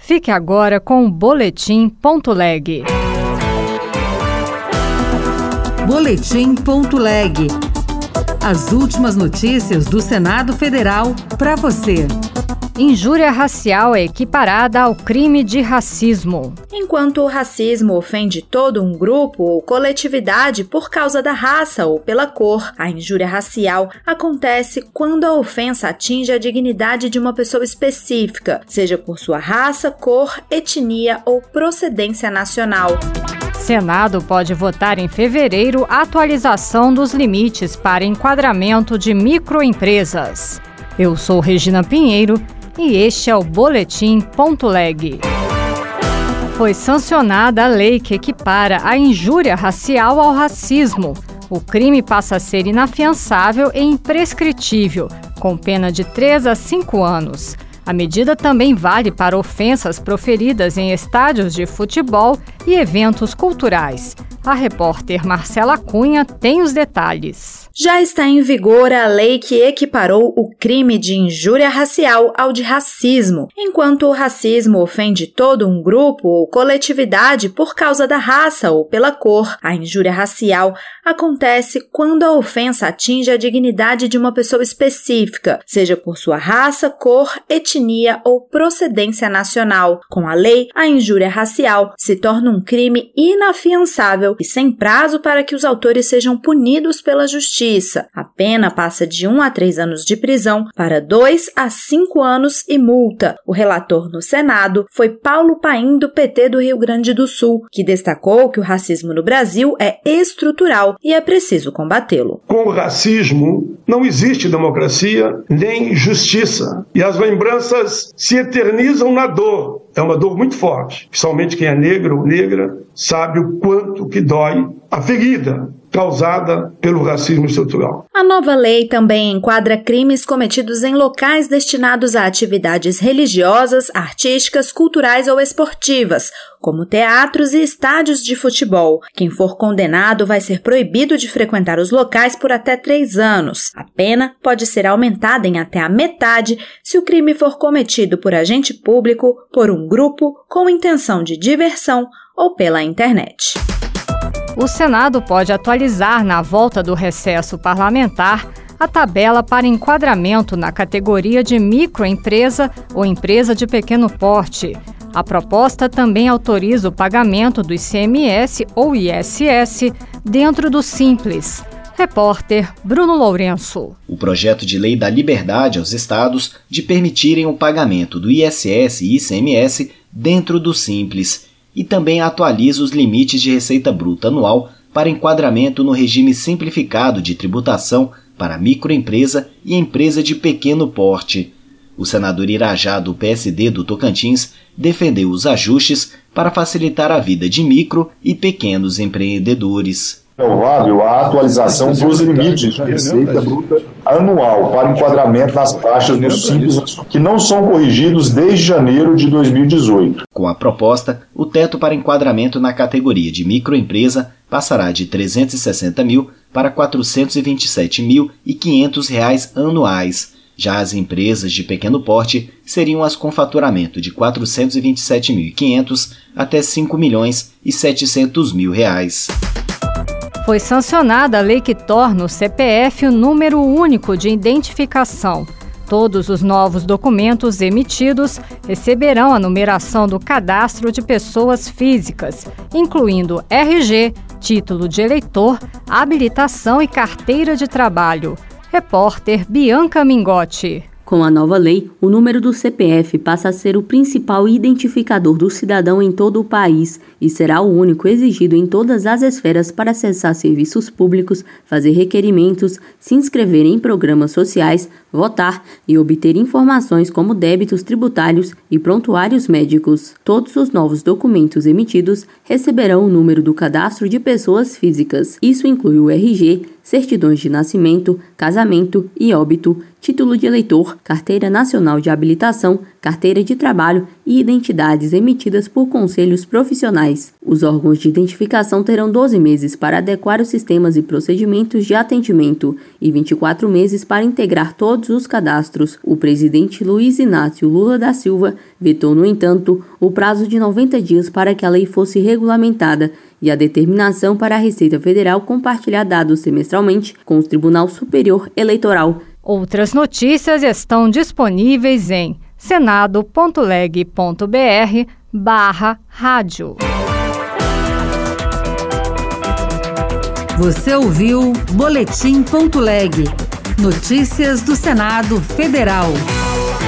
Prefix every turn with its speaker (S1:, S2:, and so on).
S1: Fique agora com o Boletim.leg.
S2: Boletim.leg. As últimas notícias do Senado Federal para você.
S1: Injúria racial é equiparada ao crime de racismo.
S3: Enquanto o racismo ofende todo um grupo ou coletividade por causa da raça ou pela cor, a injúria racial acontece quando a ofensa atinge a dignidade de uma pessoa específica, seja por sua raça, cor, etnia ou procedência nacional.
S1: Senado pode votar em fevereiro a atualização dos limites para enquadramento de microempresas. Eu sou Regina Pinheiro e este é o Boletim.leg. Foi sancionada a lei que equipara a injúria racial ao racismo. O crime passa a ser inafiançável e imprescritível, com pena de 3 a 5 anos. A medida também vale para ofensas proferidas em estádios de futebol e eventos culturais. A repórter Marcela Cunha tem os detalhes.
S3: Já está em vigor a lei que equiparou o crime de injúria racial ao de racismo. Enquanto o racismo ofende todo um grupo ou coletividade por causa da raça ou pela cor, a injúria racial acontece quando a ofensa atinge a dignidade de uma pessoa específica, seja por sua raça, cor, etnia ou procedência nacional. Com a lei, a injúria racial se torna um crime inafiançável e sem prazo para que os autores sejam punidos pela justiça. A pena passa de 1 a 3 anos de prisão para 2 a 5 anos e multa. O relator no Senado foi Paulo Paim, do PT do Rio Grande do Sul, que destacou que o racismo no Brasil é estrutural e é preciso combatê-lo.
S4: Com o racismo não existe democracia nem justiça. E as lembranças se eternizam na dor. É uma dor muito forte. Principalmente quem é negro ou negra sabe o quanto que dói a ferida causada pelo racismo estrutural.
S3: A nova lei também enquadra crimes cometidos em locais destinados a atividades religiosas, artísticas, culturais ou esportivas, como teatros e estádios de futebol. Quem for condenado vai ser proibido de frequentar os locais por até 3 anos. A pena pode ser aumentada em até a metade se o crime for cometido por agente público, por um grupo, com intenção de diversão ou pela internet.
S1: O Senado pode atualizar, na volta do recesso parlamentar, a tabela para enquadramento na categoria de microempresa ou empresa de pequeno porte. A proposta também autoriza o pagamento do ICMS ou ISS dentro do Simples. Repórter Bruno Lourenço.
S5: O projeto de lei dá liberdade aos estados de permitirem o pagamento do ISS e ICMS dentro do Simples e também atualiza os limites de receita bruta anual para enquadramento no regime simplificado de tributação para microempresa e empresa de pequeno porte. O senador Irajá, do PSD do Tocantins, defendeu os ajustes para facilitar a vida de micro e pequenos empreendedores.
S6: É provável a atualização dos limites de receita bruta anual para enquadramento nas taxas do Simples, que não são corrigidos desde janeiro de 2018.
S5: Com a proposta, o teto para enquadramento na categoria de microempresa passará de R$ 360 mil para R$ 427.500 anuais. Já as empresas de pequeno porte seriam as com faturamento de R$ 427.500 até R$ 5.700.000.
S1: Foi sancionada a lei que torna o CPF o número único de identificação. Todos os novos documentos emitidos receberão a numeração do cadastro de pessoas físicas, incluindo RG, título de eleitor, habilitação e carteira de trabalho. Repórter Bianca Mingotti.
S7: Com a nova lei, o número do CPF passa a ser o principal identificador do cidadão em todo o país e será o único exigido em todas as esferas para acessar serviços públicos, fazer requerimentos, se inscrever em programas sociais, votar e obter informações como débitos tributários e prontuários médicos. Todos os novos documentos emitidos receberão o número do cadastro de pessoas físicas. Isso inclui o RG, certidões de nascimento, casamento e óbito, título de eleitor, carteira nacional de habilitação, carteira de trabalho e identidades emitidas por conselhos profissionais. Os órgãos de identificação terão 12 meses para adequar os sistemas e procedimentos de atendimento e 24 meses para integrar todos os cadastros. O presidente Luiz Inácio Lula da Silva vetou, no entanto, o prazo de 90 dias para que a lei fosse regulamentada e a determinação para a Receita Federal compartilhar dados semestralmente com o Tribunal Superior Eleitoral.
S1: Outras notícias estão disponíveis em senado.leg.br/rádio.
S2: Você ouviu Boletim.leg. Notícias do Senado Federal.